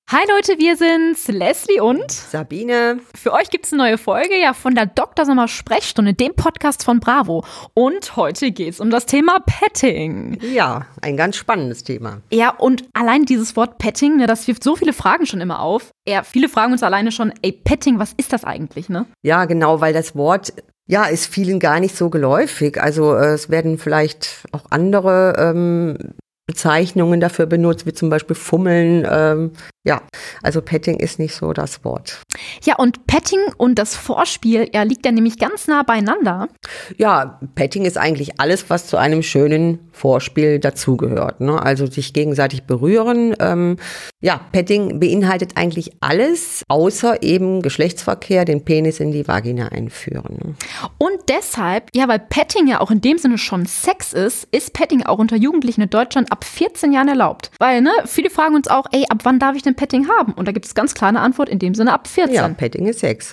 Hi Leute, wir sind's, Leslie und Sabine. Für euch gibt's eine neue Folge von der Dr. Sommer Sprechstunde, dem Podcast von Bravo. Und heute geht's um das Thema Petting. Ja, ein ganz spannendes Thema. Ja, und allein dieses Wort Petting, das wirft so viele Fragen schon immer auf. Ja, viele fragen uns alleine schon, Petting, was ist das eigentlich, ne? Ja, genau, weil das Wort ist vielen gar nicht so geläufig. Also es werden vielleicht auch andere Bezeichnungen dafür benutzt, wie zum Beispiel Fummeln. Also Petting ist nicht so das Wort. Ja, und Petting und das Vorspiel, liegt ja nämlich ganz nah beieinander. Ja, Petting ist eigentlich alles, was zu einem schönen Vorspiel dazugehört, ne? Also sich gegenseitig berühren. Petting beinhaltet eigentlich alles, außer eben Geschlechtsverkehr, den Penis in die Vagina einführen. Ne? Und deshalb, weil Petting ja auch in dem Sinne schon Sex ist Petting auch unter Jugendlichen in Deutschland ab 14 Jahren erlaubt. Weil, viele fragen uns auch, ab wann darf ich denn Petting haben? Und da gibt es ganz klar eine Antwort, in dem Sinne ab 14. Ja, Petting ist Sex.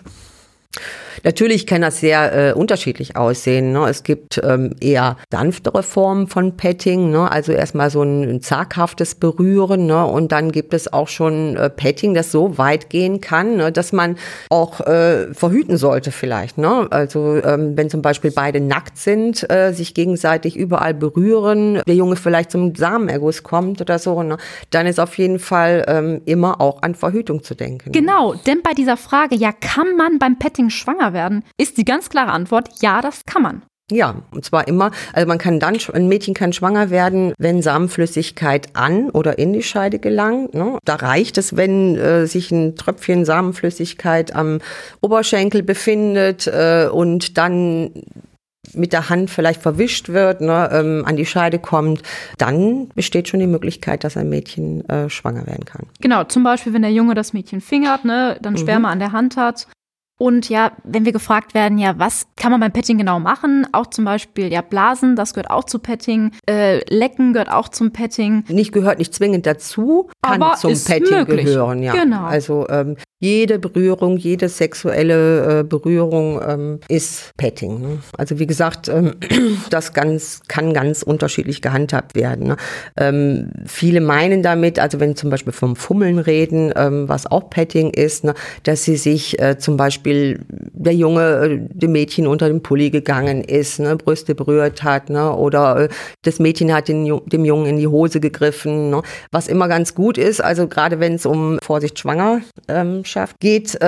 Natürlich kann das sehr unterschiedlich aussehen. Ne? Es gibt eher sanftere Formen von Petting, ne? Also erstmal so ein zaghaftes Berühren, ne? Und dann gibt es auch schon Petting, das so weit gehen kann, ne? Dass man auch verhüten sollte vielleicht. Ne? Also wenn zum Beispiel beide nackt sind, sich gegenseitig überall berühren, der Junge vielleicht zum Samenerguss kommt oder so, ne? Dann ist auf jeden Fall immer auch an Verhütung zu denken. Genau, denn bei dieser Frage, kann man beim Petting schwanger werden, ist die ganz klare Antwort, ja, das kann man. Ja, und zwar immer, also ein Mädchen kann schwanger werden, wenn Samenflüssigkeit an oder in die Scheide gelangt. Ne? Da reicht es, wenn sich ein Tröpfchen Samenflüssigkeit am Oberschenkel befindet und dann mit der Hand vielleicht verwischt wird, an die Scheide kommt, dann besteht schon die Möglichkeit, dass ein Mädchen schwanger werden kann. Genau, zum Beispiel, wenn der Junge das Mädchen fingert, dann Sperma an der Hand hat. Und wenn wir gefragt werden, was kann man beim Petting genau machen? Auch zum Beispiel, Blasen, das gehört auch zu Petting. Lecken gehört auch zum Petting. Gehört nicht zwingend dazu, kann aber zum Petting gehören. Ja. Genau. Also jede Berührung, jede sexuelle Berührung ist Petting. Ne? Also wie gesagt, das kann ganz unterschiedlich gehandhabt werden. Ne? Viele meinen damit, also wenn zum Beispiel vom Fummeln reden, was auch Petting ist, ne, dass sie sich zum Beispiel der Junge dem Mädchen unter den Pulli gegangen ist, ne, Brüste berührt hat, ne, oder das Mädchen hat dem Jungen in die Hose gegriffen, ne, was immer ganz gut ist, also gerade wenn es um Vorsicht Schwangerschaft geht,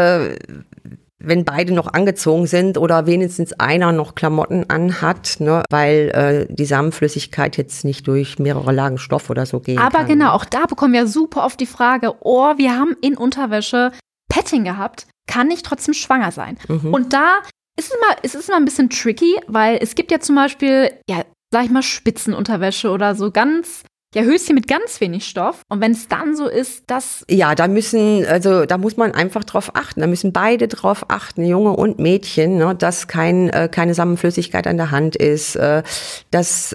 wenn beide noch angezogen sind oder wenigstens einer noch Klamotten anhat, ne, weil die Samenflüssigkeit jetzt nicht durch mehrere Lagen Stoff oder so gehen kann. Aber genau, auch da bekommen wir super oft die Frage, wir haben in Unterwäsche Petting gehabt, kann ich trotzdem schwanger sein? Mhm. Und da ist es immer ein bisschen tricky, weil es gibt ja zum Beispiel, sag ich mal, Spitzenunterwäsche oder so ganz, Höschen mit ganz wenig Stoff. Und wenn es dann so ist, dass... Ja, da muss man einfach drauf achten. Da müssen beide drauf achten, Junge und Mädchen, ne, dass keine Samenflüssigkeit an der Hand ist, dass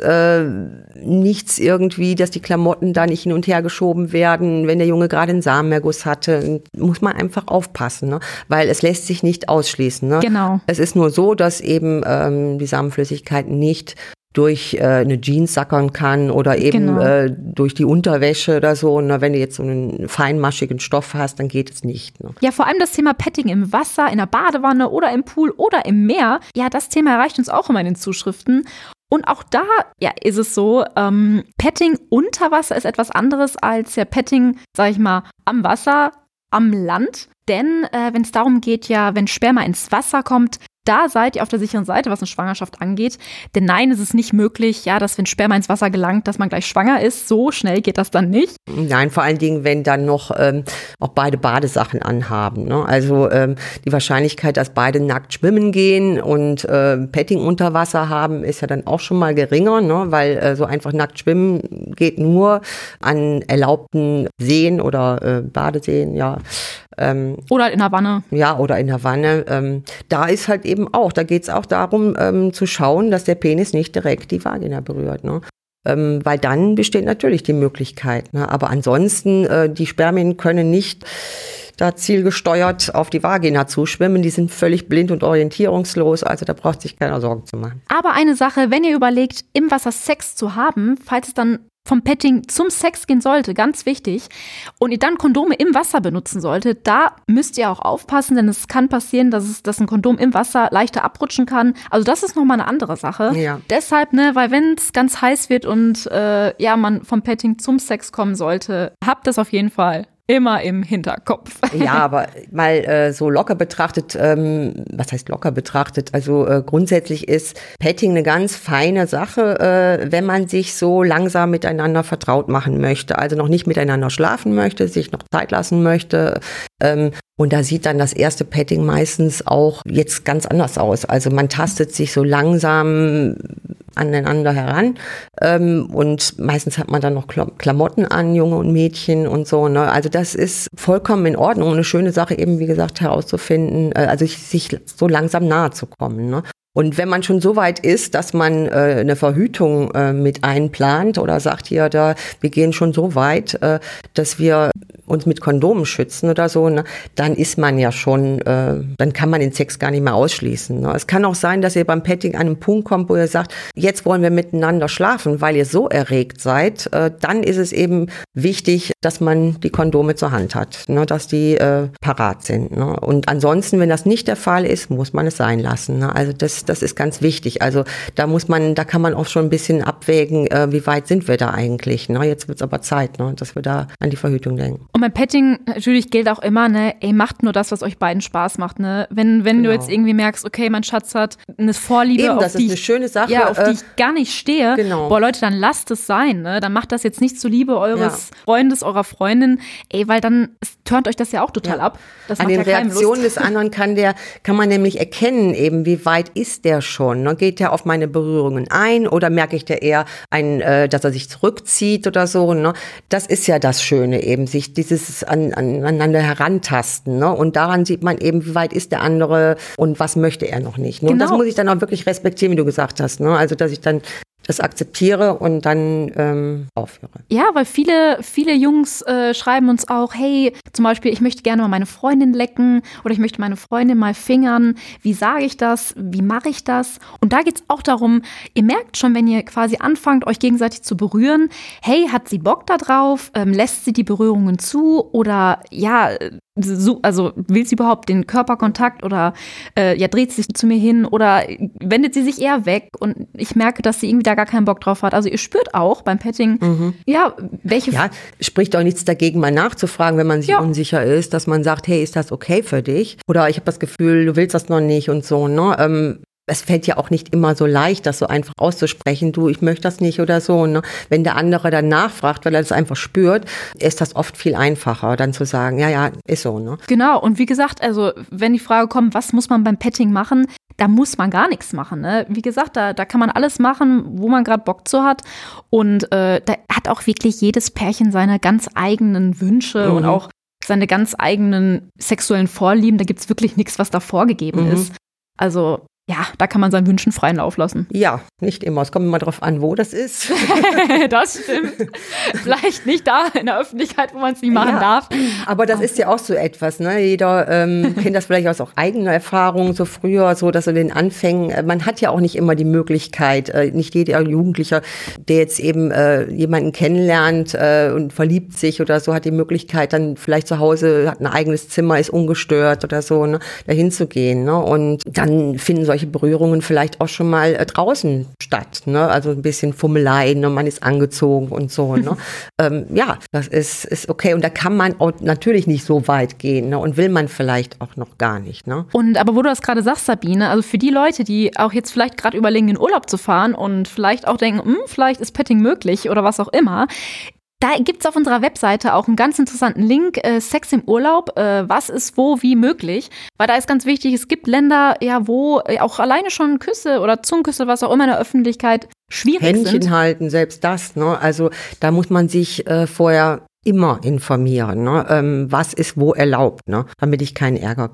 nichts irgendwie, dass die Klamotten da nicht hin und her geschoben werden. Wenn der Junge gerade einen Samenerguss hatte, muss man einfach aufpassen, ne, weil es lässt sich nicht ausschließen. Ne? Genau. Es ist nur so, dass eben die Samenflüssigkeit nicht durch eine Jeans sackern kann oder eben durch die Unterwäsche oder so. Und wenn du jetzt so einen feinmaschigen Stoff hast, dann geht es nicht. Ne? Ja, vor allem das Thema Petting im Wasser, in der Badewanne oder im Pool oder im Meer. Ja, das Thema erreicht uns auch immer in den Zuschriften. Und auch da ist es so, Petting unter Wasser ist etwas anderes als Petting, sag ich mal, am Wasser, am Land. Denn wenn es darum geht, wenn Sperma ins Wasser kommt, da seid ihr auf der sicheren Seite, was eine Schwangerschaft angeht. Denn nein, es ist nicht möglich, dass wenn Sperma ins Wasser gelangt, dass man gleich schwanger ist. So schnell geht das dann nicht. Nein, vor allen Dingen, wenn dann noch auch beide Badesachen anhaben. Ne? Also die Wahrscheinlichkeit, dass beide nackt schwimmen gehen und Petting unter Wasser haben, ist ja dann auch schon mal geringer, ne? Weil so einfach nackt schwimmen geht nur an erlaubten Seen oder Badeseen, oder in der Wanne. Ja, oder in der Wanne. Da ist halt eben auch, da geht es auch darum, zu schauen, dass der Penis nicht direkt die Vagina berührt. Ne? Weil dann besteht natürlich die Möglichkeit. Ne? Aber ansonsten, die Spermien können nicht da zielgesteuert auf die Vagina zuschwimmen. Die sind völlig blind und orientierungslos, also da braucht sich keiner Sorgen zu machen. Aber eine Sache, wenn ihr überlegt, im Wasser Sex zu haben, falls es dann vom Petting zum Sex gehen sollte, ganz wichtig, und ihr dann Kondome im Wasser benutzen solltet, da müsst ihr auch aufpassen, denn es kann passieren, dass ein Kondom im Wasser leichter abrutschen kann. Also das ist nochmal eine andere Sache. Ja. Deshalb, weil wenn es ganz heiß wird und man vom Petting zum Sex kommen sollte, habt das auf jeden Fall immer im Hinterkopf. Ja, aber mal so locker betrachtet, was heißt locker betrachtet? Also grundsätzlich ist Petting eine ganz feine Sache, wenn man sich so langsam miteinander vertraut machen möchte. Also noch nicht miteinander schlafen möchte, sich noch Zeit lassen möchte. Und da sieht dann das erste Petting meistens auch jetzt ganz anders aus. Also man tastet sich so langsam aneinander heran und meistens hat man dann noch Klamotten an, Junge und Mädchen und so. Ne? Also das ist vollkommen in Ordnung und eine schöne Sache eben, wie gesagt, herauszufinden, also sich so langsam nahe zu kommen. Ne? Und wenn man schon so weit ist, dass man eine Verhütung mit einplant oder sagt, wir gehen schon so weit, dass wir uns mit Kondomen schützen oder so, ne, dann ist man ja schon, dann kann man den Sex gar nicht mehr ausschließen. Ne. Es kann auch sein, dass ihr beim Petting an einen Punkt kommt, wo ihr sagt, jetzt wollen wir miteinander schlafen, weil ihr so erregt seid. Dann ist es eben wichtig, dass man die Kondome zur Hand hat, ne, dass die parat sind. Ne. Und ansonsten, wenn das nicht der Fall ist, muss man es sein lassen. Ne. Also das ist ganz wichtig. Also da kann man auch schon ein bisschen abwägen, wie weit sind wir da eigentlich. Ne. Jetzt wird es aber Zeit, ne, dass wir da an die Verhütung denken. Und beim Petting natürlich gilt auch immer, macht nur das, was euch beiden Spaß macht, ne? Wenn du jetzt irgendwie merkst, okay, mein Schatz hat eine Vorliebe, eben, das ist eine schöne Sache, auf die ich gar nicht stehe, boah Leute, dann lasst es sein, ne? Dann macht das jetzt nicht zuliebe eures Freundes, eurer Freundin, weil dann turnt euch das ja auch total ab. Das an den Reaktionen des anderen kann man nämlich erkennen, eben, wie weit ist der schon, ne? Geht der auf meine Berührungen ein oder merke ich der eher dass er sich zurückzieht oder so, ne? Das ist ja das Schöne eben, sich dieses aneinander herantasten, ne? Und daran sieht man eben, wie weit ist der andere und was möchte er noch nicht. Ne? Genau. Und das muss ich dann auch wirklich respektieren, wie du gesagt hast, ne? Also, dass ich dann das akzeptiere und dann aufhöre. Ja, weil viele Jungs schreiben uns auch, hey, zum Beispiel, ich möchte gerne mal meine Freundin lecken oder ich möchte meine Freundin mal fingern. Wie sage ich das? Wie mache ich das? Und da geht's auch darum, ihr merkt schon, wenn ihr quasi anfangt, euch gegenseitig zu berühren, hey, hat sie Bock da drauf? Lässt sie die Berührungen zu? Oder also will sie überhaupt den Körperkontakt oder dreht sie sich zu mir hin oder wendet sie sich eher weg und ich merke, dass sie irgendwie da gar keinen Bock drauf hat. Also ihr spürt auch beim Petting, welche... Ja, spricht auch nichts dagegen, mal nachzufragen, wenn man sich unsicher ist, dass man sagt, hey, ist das okay für dich? Oder ich habe das Gefühl, du willst das noch nicht und so, ne? Es fällt ja auch nicht immer so leicht, das so einfach auszusprechen, du, ich möchte das nicht oder so. Ne? Wenn der andere dann nachfragt, weil er das einfach spürt, ist das oft viel einfacher, dann zu sagen, ja, ist so. Ne? Genau, und wie gesagt, also wenn die Frage kommt, was muss man beim Petting machen, da muss man gar nichts machen. Ne? Wie gesagt, da kann man alles machen, wo man gerade Bock zu hat. Und da hat auch wirklich jedes Pärchen seine ganz eigenen Wünsche und auch seine ganz eigenen sexuellen Vorlieben. Da gibt's wirklich nichts, was da vorgegeben ist. Also ja, da kann man seinen Wünschen freien Lauf lassen. Ja, nicht immer. Es kommt immer drauf an, wo das ist. Das stimmt. Vielleicht nicht da in der Öffentlichkeit, wo man es nicht machen darf. Aber das ist ja auch so etwas, ne? Jeder kennt das vielleicht aus auch eigener Erfahrung, so früher, so dass in den Anfängen, man hat ja auch nicht immer die Möglichkeit, nicht jeder Jugendlicher, der jetzt eben jemanden kennenlernt und verliebt sich oder so, hat die Möglichkeit, dann vielleicht zu Hause, hat ein eigenes Zimmer, ist ungestört oder so, ne? Dahin zu gehen, ne? Und dann finden solche Berührungen vielleicht auch schon mal draußen statt, ne? Also ein bisschen Fummelei, ne? Man ist angezogen und so, ne? Das ist okay. Und da kann man auch natürlich nicht so weit gehen, ne? Und will man vielleicht auch noch gar nicht, ne? Aber wo du das gerade sagst, Sabine, also für die Leute, die auch jetzt vielleicht gerade überlegen, in Urlaub zu fahren und vielleicht auch denken, vielleicht ist Petting möglich oder was auch immer, da gibt's auf unserer Webseite auch einen ganz interessanten Link, Sex im Urlaub, was ist wo, wie möglich. Weil da ist ganz wichtig, es gibt Länder, wo auch alleine schon Küsse oder Zungenküsse, was auch immer in der Öffentlichkeit schwierig sind. Händchen halten, selbst das, ne? Also da muss man sich vorher immer informieren, ne? Was ist wo erlaubt, ne? Damit ich keinen Ärger kriege.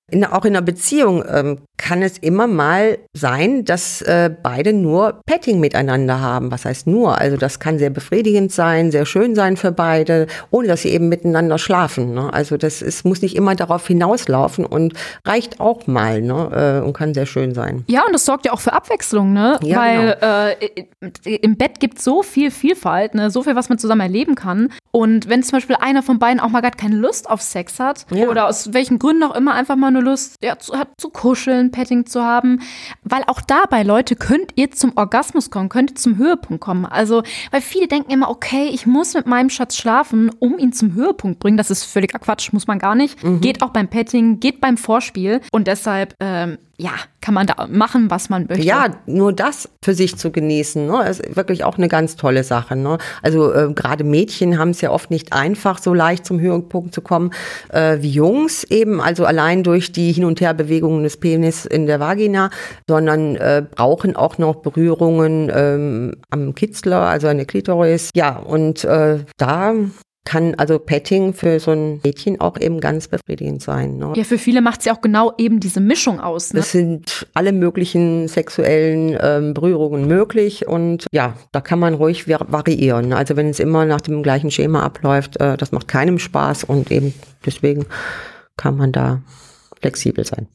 Auch in einer Beziehung kann es immer mal sein, dass beide nur Petting miteinander haben. Was heißt nur? Also das kann sehr befriedigend sein, sehr schön sein für beide, ohne dass sie eben miteinander schlafen. Ne? Also muss nicht immer darauf hinauslaufen und reicht auch mal, ne? Und kann sehr schön sein. Ja, und das sorgt ja auch für Abwechslung, ne? Ja, weil im Bett gibt es so viel Vielfalt, ne? So viel, was man zusammen erleben kann. Und wenn zum Beispiel einer von beiden auch mal gar keine Lust auf Sex hat oder aus welchen Gründen auch immer einfach mal nur Lust hat zu kuscheln, Petting zu haben, weil auch dabei, Leute, könnt ihr zum Orgasmus kommen, könnt ihr zum Höhepunkt kommen. Also, weil viele denken immer, okay, ich muss mit meinem Schatz schlafen, um ihn zum Höhepunkt bringen. Das ist völliger Quatsch, muss man gar nicht. Geht auch beim Petting, geht beim Vorspiel und deshalb, kann man da machen, was man möchte. Ja, nur das für sich zu genießen, ne, ist wirklich auch eine ganz tolle Sache. Ne? Also gerade Mädchen haben es ja oft nicht einfach, so leicht zum Höhepunkt zu kommen, wie Jungs eben, also allein durch die Hin- und Herbewegungen des Penis in der Vagina, sondern brauchen auch noch Berührungen am Kitzler, also an der Klitoris. Ja, und da kann also Petting für so ein Mädchen auch eben ganz befriedigend sein. Ne? Ja, für viele macht es ja auch genau eben diese Mischung aus. Ne? Es sind alle möglichen sexuellen Berührungen möglich und ja, da kann man ruhig variieren. Also wenn es immer nach dem gleichen Schema abläuft, das macht keinem Spaß und eben deswegen kann man da flexibel sein.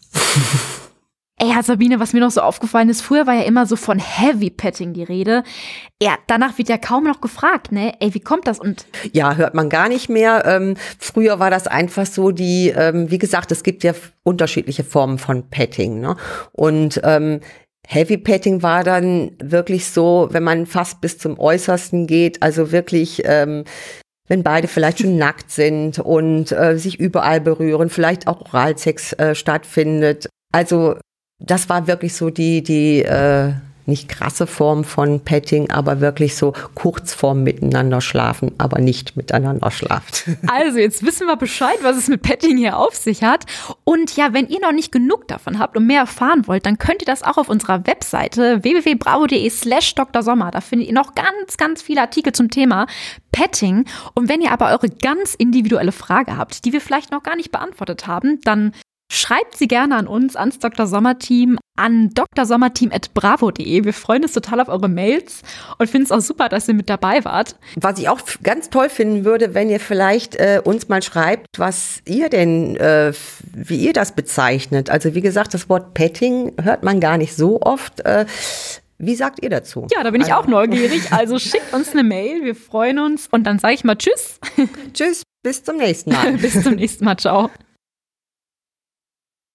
Ey, Sabine, was mir noch so aufgefallen ist, früher war ja immer so von Heavy Petting die Rede. Ja, danach wird ja kaum noch gefragt, ne? Ey, wie kommt das? Und ja, hört man gar nicht mehr. Früher war das einfach so wie gesagt, es gibt ja unterschiedliche Formen von Petting, ne? Und Heavy Petting war dann wirklich so, wenn man fast bis zum Äußersten geht, also wirklich wenn beide vielleicht schon nackt sind und sich überall berühren, vielleicht auch Oralsex stattfindet. Also das war wirklich so die nicht krasse Form von Petting, aber wirklich so Kurzform miteinander schlafen, aber nicht miteinander schlaft. Also jetzt wissen wir Bescheid, was es mit Petting hier auf sich hat. Und ja, wenn ihr noch nicht genug davon habt und mehr erfahren wollt, dann könnt ihr das auch auf unserer Webseite www.bravo.de/Dr. Sommer. Da findet ihr noch ganz, ganz viele Artikel zum Thema Petting. Und wenn ihr aber eure ganz individuelle Frage habt, die wir vielleicht noch gar nicht beantwortet haben, dann schreibt sie gerne an uns, ans Dr. Sommer-Team, an drsommerteam@bravo.de. Wir freuen uns total auf eure Mails und finden es auch super, dass ihr mit dabei wart. Was ich auch ganz toll finden würde, wenn ihr vielleicht uns mal schreibt, was ihr denn, wie ihr das bezeichnet. Also wie gesagt, das Wort Petting hört man gar nicht so oft. Wie sagt ihr dazu? Ja, da bin ich auch neugierig. Also schickt uns eine Mail, wir freuen uns. Und dann sage ich mal Tschüss. Tschüss, bis zum nächsten Mal. Bis zum nächsten Mal, ciao.